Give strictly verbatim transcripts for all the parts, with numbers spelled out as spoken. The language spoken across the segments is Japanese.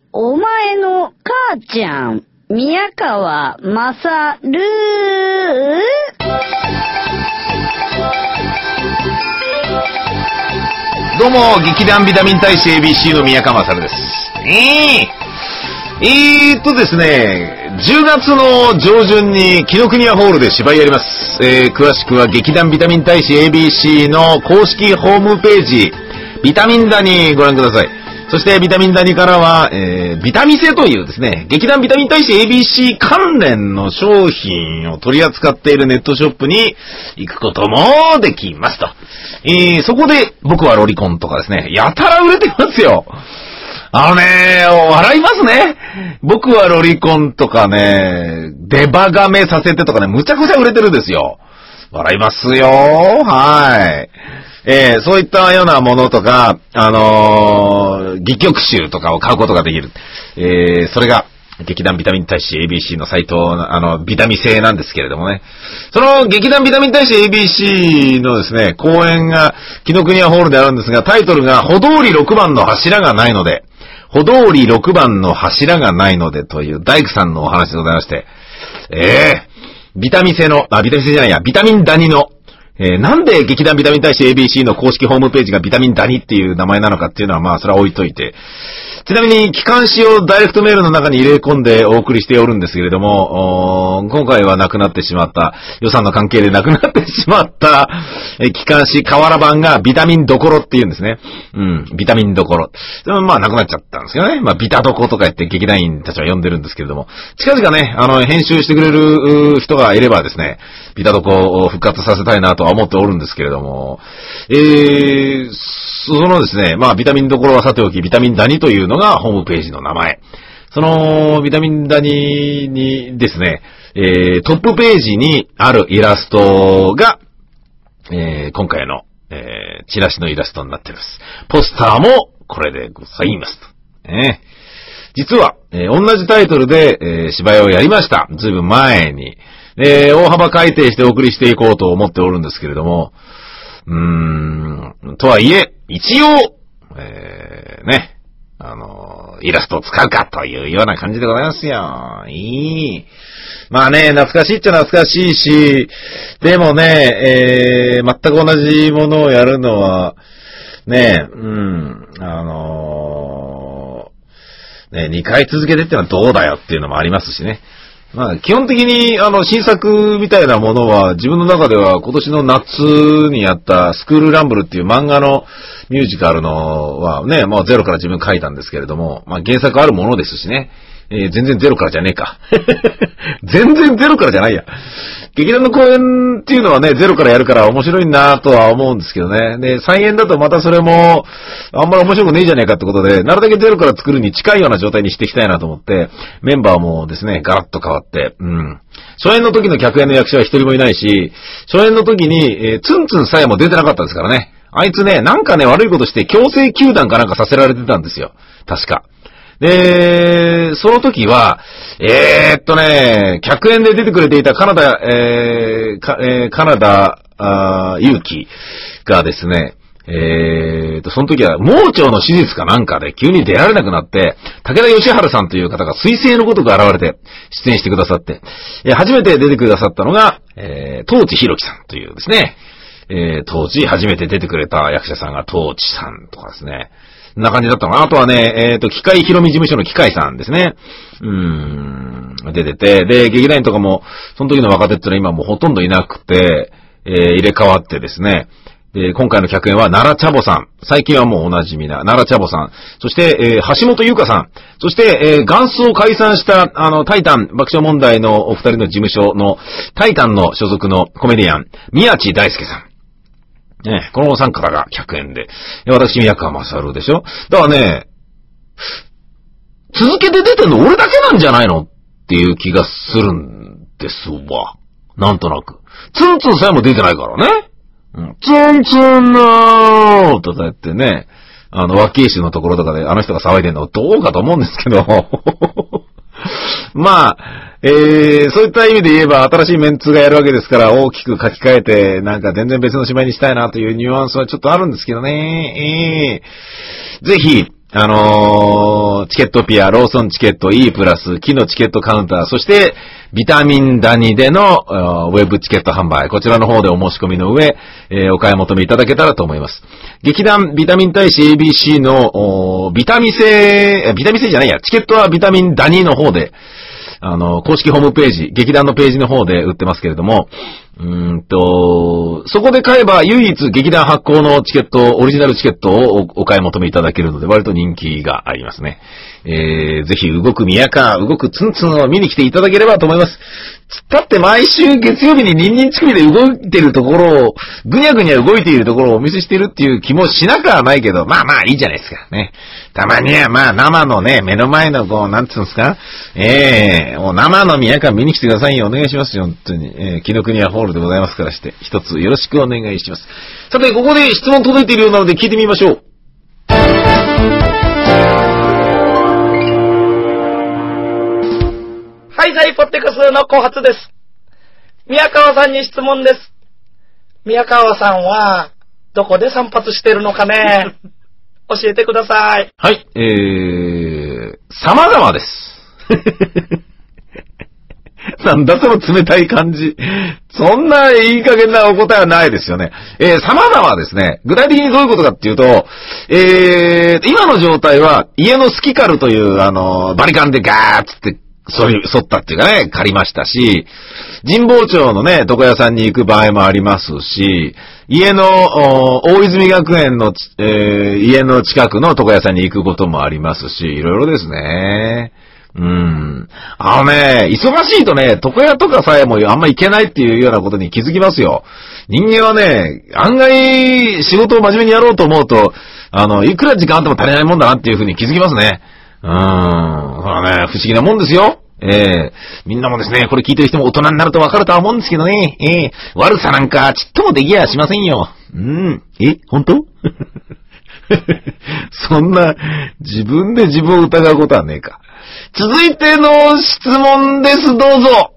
お前の母ちゃん、宮川まさる。 どうも、劇団ビタミン大使 エービーシー の宮川まさるです。えー、えーっとですね、じゅうがつの上旬に紀ノ国屋ホールで芝居やります。えー、詳しくは劇団ビタミン大使 エービーシー の公式ホームページ、ビタミンダにご覧ください。そしてビタミンダニからは、えー、ビタミセというですね、劇団ビタミン大使 エービーシー 関連の商品を取り扱っているネットショップに行くこともできますと。えー、そこで僕はロリコンとかですね、やたら売れてますよ。あのね、笑いますね。僕はロリコンとかね、デバガメさせてとかね、むちゃくちゃ売れてるんですよ。笑いますよ。はい。えー、そういったようなものとか、あのー、戯曲集とかを買うことができる。えー、それが、劇団ビタミン大使 エービーシー のサイト、あの、ビタミ製なんですけれどもね。その劇団ビタミン大使 エービーシー のですね、公演が、紀ノ国屋ホールであるんですが、タイトルが、歩通りろくばんの柱がないので、歩通りろくばんの柱がないのでという大工さんのお話でございまして、えー、ビタミ製の、あ、ビタミ製じゃないや、ビタミンダニの、えー、なんで劇団ビタミン大使 エービーシー の公式ホームページがビタミンダニっていう名前なのかっていうのはまあそれは置いといて、ちなみに機関誌をダイレクトメールの中に入れ込んでお送りしておるんですけれども、今回はなくなってしまった、予算の関係でなくなってしまった、え機関誌瓦版がビタミンどころっていうんですね。うん、ビタミンどころ。でもまあなくなっちゃったんですよね。まあビタどことか言って劇団員たちは呼んでるんですけれども、近々ね、あの編集してくれる人がいればですね、ビタどこを復活させたいなとは思っておるんですけれども、えー、そのですね、まあビタミンどころはさておき、ビタミンダニというのがホームページの名前。そのビタミンダニにですね、えー、トップページにあるイラストが、えー、今回の、えー、チラシのイラストになっています。ポスターもこれでございますと。えー、実は、えー、同じタイトルで、えー、芝居をやりました。ずいぶん前に。えー、大幅改定してお送りしていこうと思っておるんですけれども、うーん、とはいえ、一応、えー、ね、あの、イラストを使うかというような感じでございますよ。いい。まあね、懐かしいっちゃ懐かしいし、でもね、えー、全く同じものをやるのは、ね、うん、あのー、ね、にかい続けてってのはどうだよっていうのもありますしね。まあ、基本的に、あの、新作みたいなものは、自分の中では今年の夏にやったスクールランブルっていう漫画のミュージカルのはね、まあゼロから自分書いたんですけれども、まあ原作あるものですしね、えー、全然ゼロからじゃねえか。全然ゼロからじゃないや。劇団の公演っていうのはね、ゼロからやるから面白いなとは思うんですけどね。で、再演だとまたそれも、あんまり面白くねえじゃねえかってことで、なるだけゼロから作るに近いような状態にしていきたいなと思って、メンバーもですね、ガラッと変わって、うん。初演の時の客演の役者は一人もいないし、初演の時に、えー、ツンツンさえも出てなかったですからね。あいつね、なんかね、悪いことして強制休団かなんかさせられてたんですよ。確か。で、その時は、えーっとね、客演で出てくれていたカナダ、えー、かえー、カナダ、あ勇気がですね、えーと、その時は盲腸の手術かなんかで急に出られなくなって、武田義治さんという方が彗星のごとく現れて出演してくださって、えー、初めて出てくださったのが、えー、東地弘樹さんというですね、えー、当時初めて出てくれた役者さんが東地さんとかですね、こんな感じだったのかな。あとはね、えっと、機械ひろみ事務所の機械さんですね。うーん、出てて、で、劇団員とかも、その時の若手ってのは今もうほとんどいなくて、えー、入れ替わってですね、で、今回の客演は奈良茶坊さん。最近はもうお馴染みな奈良茶坊さん。そして、えー、橋本優香さん。そして、えー、元祖を解散した、あの、タイタン爆笑問題のお二人の事務所の、タイタンの所属のコメディアン、宮地大輔さん。ね、このお三方が客演で。私、宮川勝でしょ。だからね、続けて出てんの俺だけなんじゃないのっていう気がするんですわ。なんとなく。ツンツンさえも出てないからね。うん、ツンツンのーとか言ってね、あの、和慶州のところとかであの人が騒いでんのどうかと思うんですけど。まあ、えー、そういった意味で言えば新しいメンツがやるわけですから大きく書き換えてなんか全然別の芝居にしたいなというニュアンスはちょっとあるんですけどね。えー、ぜひ、 あのー、チケットピア、ローソンチケット E プラス、木のチケットカウンター、そして、ビタミンダニでのウェブチケット販売、こちらの方でお申し込みの上、えー、お買い求めいただけたらと思います。劇団ビタミン大使 エービーシー のビタミセ、ビタミセじゃないや、チケットはビタミンダニの方で、あの、公式ホームページ、劇団のページの方で売ってますけれども、うーんと、そこで買えば唯一劇団発行のチケット、オリジナルチケットをお買い求めいただけるので、割と人気がありますね。えー、ぜひ動く宮川、動くツンツンを見に来ていただければと思います。つったって毎週月曜日にニンニン乳首で動いてるところを、ぐにゃぐにゃ動いているところをお見せしてるっていう気もしなくはないけど、まあまあいいじゃないですか。ね。たまにはまあ生のね、目の前のこう、なんつうんですか、ええー、もう生の宮川見に来てくださいよ。お願いしますよ、本当に。えー、紀ノ国屋ホールでございますからして、一つよろしくお願いします。さて、ここで質問届いているようなので聞いてみましょう。 はいはい、ポッテカスの後発です。宮川さんに質問です。宮川さんは、どこで散髪してるのかね教えてください。 はい、えー、様々です。なんだその冷たい感じ。そんないい加減なお答えはないですよね。えー、様々ですね。具体的にどういうことかっていうと、えー、今の状態は家のスキカルというあの、バリカンでガーッつって、そり、剃ったっていうかね、借りましたし、神保町のね、床屋さんに行く場合もありますし、家の、大泉学園の、えー、家の近くの床屋さんに行くこともありますし、いろいろですね。うん。あのね、忙しいとね、床屋とかさえもあんま行けないっていうようなことに気づきますよ。人間はね、案外仕事を真面目にやろうと思うと、あの、いくら時間あっても足りないもんだなっていうふうに気づきますね。うーん。ほらね、不思議なもんですよ。ええー、みんなもですね、これ聞いてる人も大人になるとわかるとは思うんですけどね。ええー、悪さなんかちっともできやしませんよ。うん。え、本当そんな、自分で自分を疑うことはねえか。続いての質問です、どうぞ。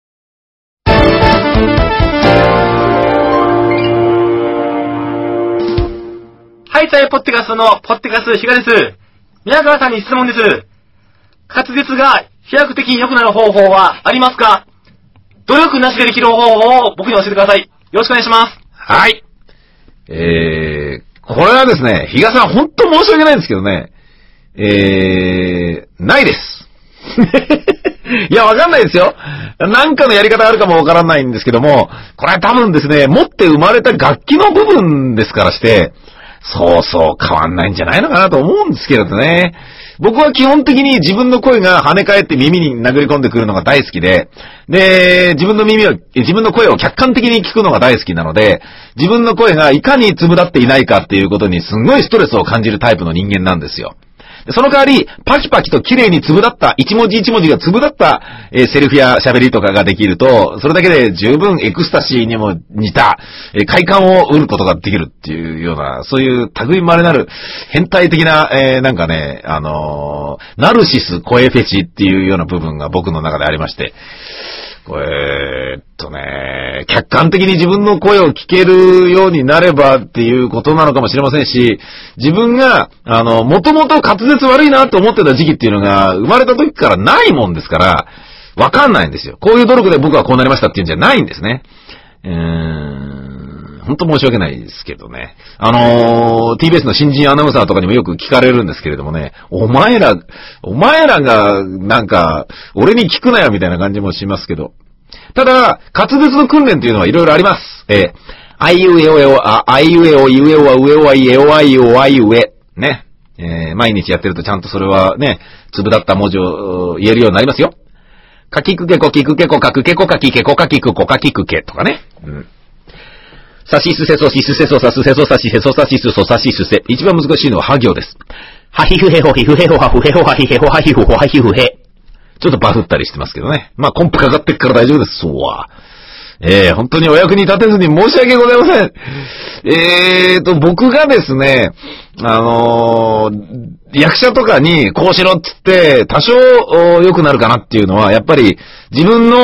はい、さい、ポッテカスのポッテカスヒガです。宮川さんに質問です。滑舌が飛躍的に良くなる方法はありますか？努力なしでできる方法を僕に教えてください。よろしくお願いします。 はい。えー、これはですね、比嘉さん本当申し訳ないんですけどね、えー、ないです。いや、わかんないですよ。なんかのやり方あるかもわからないんですけども、これは多分ですね、持って生まれた楽器の部分ですからして、そうそう変わんないんじゃないのかなと思うんですけどね。僕は基本的に自分の声が跳ね返って耳に殴り込んでくるのが大好きで、で、自分の耳を、自分の声を客観的に聞くのが大好きなので、自分の声がいかに粒立っていないかっていうことにすごいストレスを感じるタイプの人間なんですよ。その代わり、パキパキと綺麗に粒立った、一文字一文字が粒立った、えー、セリフや喋りとかができると、それだけで十分エクスタシーにも似た、えー、快感を得ることができるっていうような、そういう類まれなる変態的な、えー、なんかね、あのー、ナルシス声フェチっていうような部分が僕の中でありまして、これ、えー、っとね、客観的に自分の声を聞けるようになればっていうことなのかもしれませんし、自分が、あの、もともと滑舌悪いなと思ってた時期っていうのが生まれた時からないもんですから、わかんないんですよ。こういう努力で僕はこうなりましたっていうんじゃないんですね。うーん、本当申し訳ないですけどね。あのー、ティービーエス の新人アナウンサーとかにもよく聞かれるんですけれどもね、お前ら、お前らが、なんか、俺に聞くなよみたいな感じもしますけど。ただ、滑舌の訓練というのはいろいろあります。えー、あいうえおえお、あ、あいうえお、ゆえおは、うえおはい、えおはいおはいおえ。ね。えー、毎日やってるとちゃんとそれはね、粒立った文字を言えるようになりますよ。かきくけこきくけこかくけこかきけこかきくこかきくけとかね。うん。さしすせそしすせそさすせそさしせそさしすそさしすせ。一番難しいのはは行です。はひふへほひふへほはふへほはひへほはひふほはひふへ。ちょっとバフったりしてますけどね。まあ、コンプかかってっから大丈夫です。そうは。えー、本当にお役に立てずに申し訳ございません。えーと、僕がですね、あのー、役者とかにこうしろっつって多少良くなるかなっていうのは、やっぱり自分の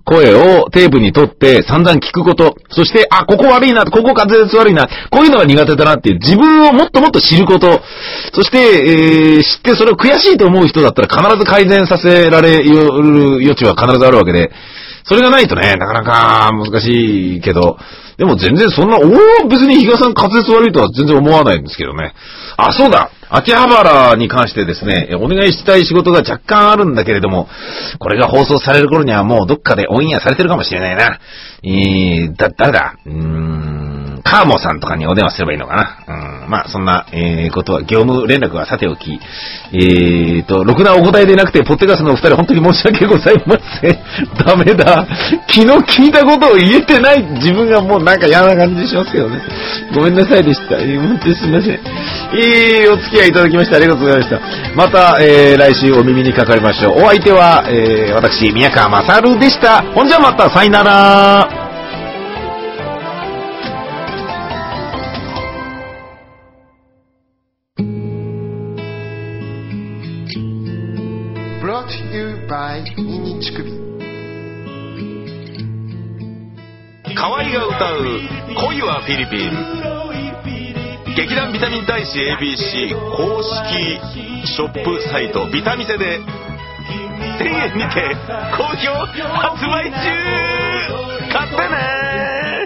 声をテープに取って散々聞くこと、そして、あ、ここ悪いな、ここ滑舌悪いな、こういうのが苦手だなっていう自分をもっともっと知ること、そして、えー、知ってそれを悔しいと思う人だったら必ず改善させられる余地は必ずあるわけで、それがないとね、なかなか難しいけど、でも全然そんな、おー、別に比嘉さん滑舌悪いとは全然思わないんですけどね。あ、そうだ、秋葉原に関してですね、お願いしたい仕事が若干あるんだけれども、これが放送される頃にはもうどっかでオンエアされてるかもしれないな。えー、だ、誰だうーん、カーモさんとかにお電話すればいいのかな。うん、まあそんな、えー、ことは、業務連絡はさておき、えーと、ろくなお答えでなくて、ポッテガスのお二人本当に申し訳ございません。ダメだ。昨日聞いたことを言えてない自分がもうなんか嫌な感じしますけどね。ごめんなさいでした。えー、本当にすみません。えー、お付き合いいただきましてありがとうございました。また、えー、来週お耳にかかりましょう。お相手は、えー、私、宮川勝でした。ほんじゃまた、さよなら。 brought to you by ニンニン乳首。 河合が歌う恋はフィリピン、劇団ビタミン大使 エービーシー 公式ショップサイトビタミセでせんえんにて好評発売中。買ってね。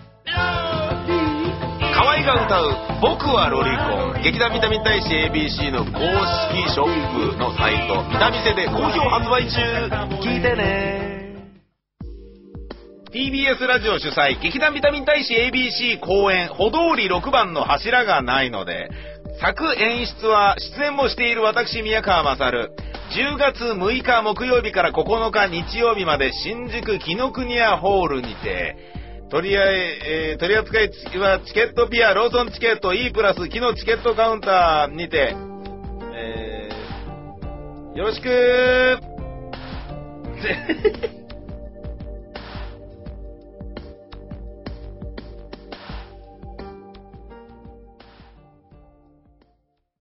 河合が歌う僕はロリコン、劇団ビタミン大使 エービーシー の公式ショップのサイトビタミセで好評発売中。聞いてね。ティービーエス ラジオ主催劇団ビタミン大使 エービーシー 公演歩通りろくばんの柱がないので、作演出は出演もしている私宮川勝、じゅうがつむいか木曜日からここのか日曜日まで新宿紀ノ国屋ホールにて、取りあえ、えー、取り扱いはチケットピア、ローソンチケット E プラス木のチケットカウンターにて、えー、よろしくー